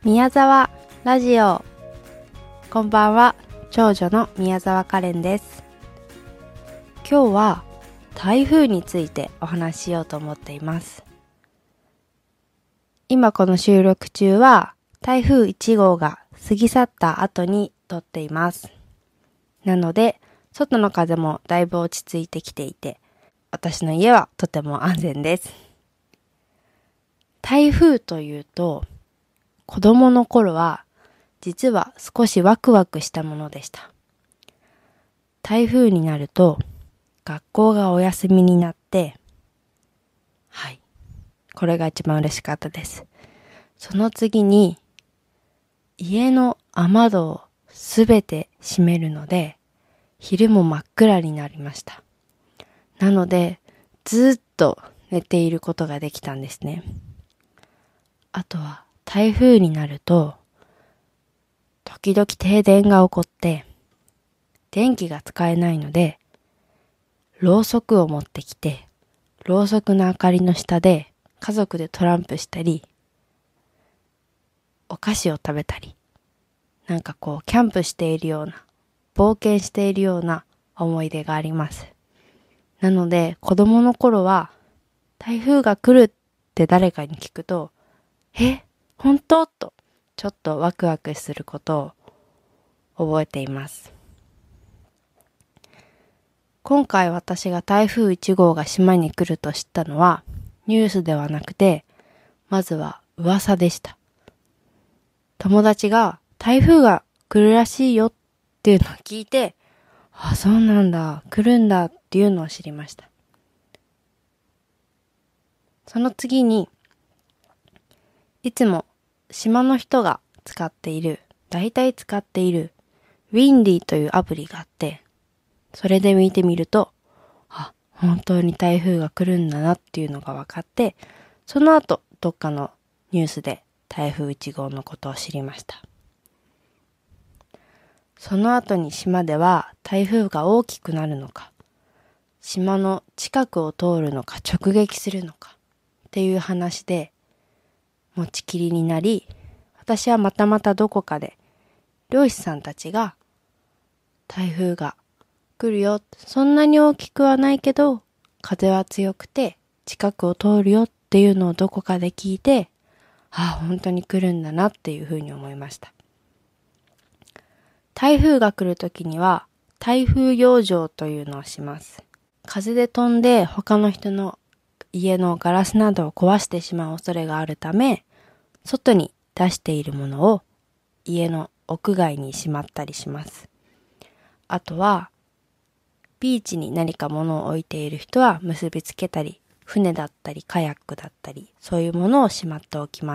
宮沢ラジオ。こんばんは、長女の宮沢カレンです。今日は台風についてお話ししようと思っています。今この収録中は台風1号が過ぎ去った後に撮っています。なので外の風もだいぶ落ち着いてきていて、私の家はとても安全です。台風というと子供の頃は実は少しワクワクしたものでした。台風になると学校がお休みになって、これが一番嬉しかったです。その次に家の雨戸をすべて閉めるので昼も真っ暗になりました。なのでずっと寝ていることができたんですね。あとは台風になると時々停電が起こって電気が使えないのでろうそくを持ってきて、ろうそくの明かりの下で家族でトランプしたりお菓子を食べたり、キャンプしているような、冒険しているような思い出があります。なので子供の頃は台風が来るって誰かに聞くと、本当？とちょっとワクワクすることを覚えています。今回私が台風1号が島に来ると知ったのはニュースではなくて、まずは噂でした。友達が台風が来るらしいよっていうのを聞いて、そうなんだ、来るんだっていうのを知りました。その次に、いつも島の人が大体使っているウィンディというアプリがあって、それで見てみると、本当に台風が来るんだなっていうのが分かって、その後どっかのニュースで台風1号のことを知りました。その後に島では台風が大きくなるのか、島の近くを通るのか直撃するのかっていう話で持ちきりになり、私はまたどこかで漁師さんたちが台風が来るよ、そんなに大きくはないけど風は強くて近くを通るよっていうのをどこかで聞いて、本当に来るんだなっていうふうに思いました。台風が来るときには台風養生というのをします。風で飛んで他の人の家のガラスなどを壊してしまう恐れがあるため、外に出しているものを家の屋外にしまったりします。あとはビーチに何か物を置いている人は結びつけたり、船だったりカヤックだったり、そういうものをしまっておきます。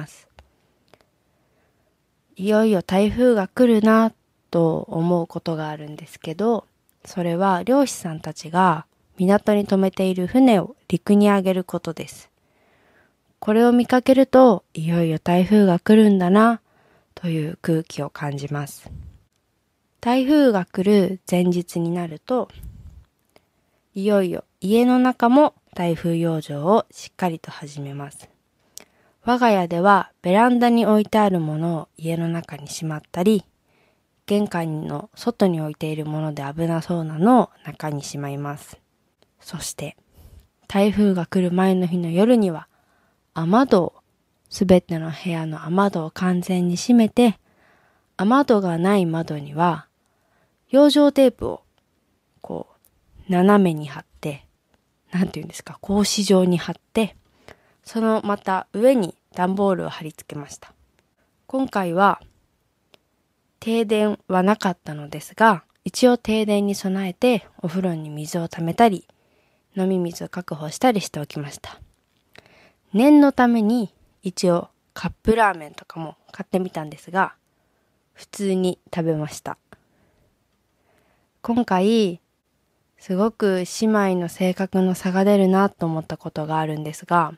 いよいよ台風が来るなと思うことがあるんですけど、それは漁師さんたちが港に止めている船を陸に上げることです。これを見かけると、いよいよ台風が来るんだなという空気を感じます。台風が来る前日になると、いよいよ家の中も台風養生をしっかりと始めます。我が家ではベランダに置いてあるものを家の中にしまったり、玄関の外に置いているもので危なそうなのを中にしまいます。そして台風が来る前の日の夜にはすべての部屋の雨戸を完全に閉めて、雨戸がない窓には養生テープを斜めに貼って、格子状に貼って、そのまた上に段ボールを貼り付けました。今回は停電はなかったのですが、一応停電に備えてお風呂に水を溜めたり、飲み水を確保したりしておきました。念のために一応カップラーメンとかも買ってみたんですが、普通に食べました。今回すごく姉妹の性格の差が出るなと思ったことがあるんですが、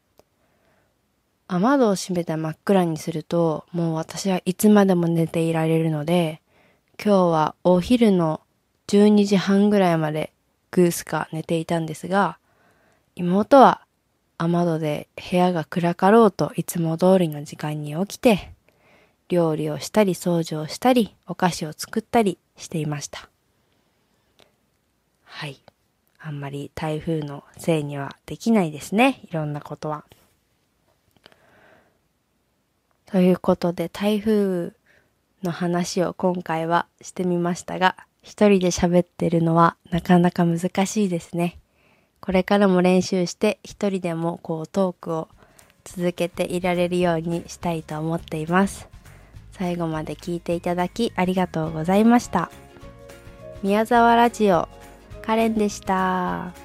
雨戸を閉めて真っ暗にすると、もう私はいつまでも寝ていられるので、今日はお昼の12時半ぐらいまでグースか寝ていたんですが、妹は雨戸で部屋が暗かろうといつも通りの時間に起きて、 料理をしたり掃除をしたりお菓子を作ったりしていました。はい。あんまり台風のせいにはできないですね。いろんなことは。ということで台風の話を今回はしてみましたが、一人で喋ってるのはなかなか難しいですね。これからも練習して一人でもトークを続けていられるようにしたいと思っています。最後まで聞いていただきありがとうございました。宮沢ラジオカレンでした。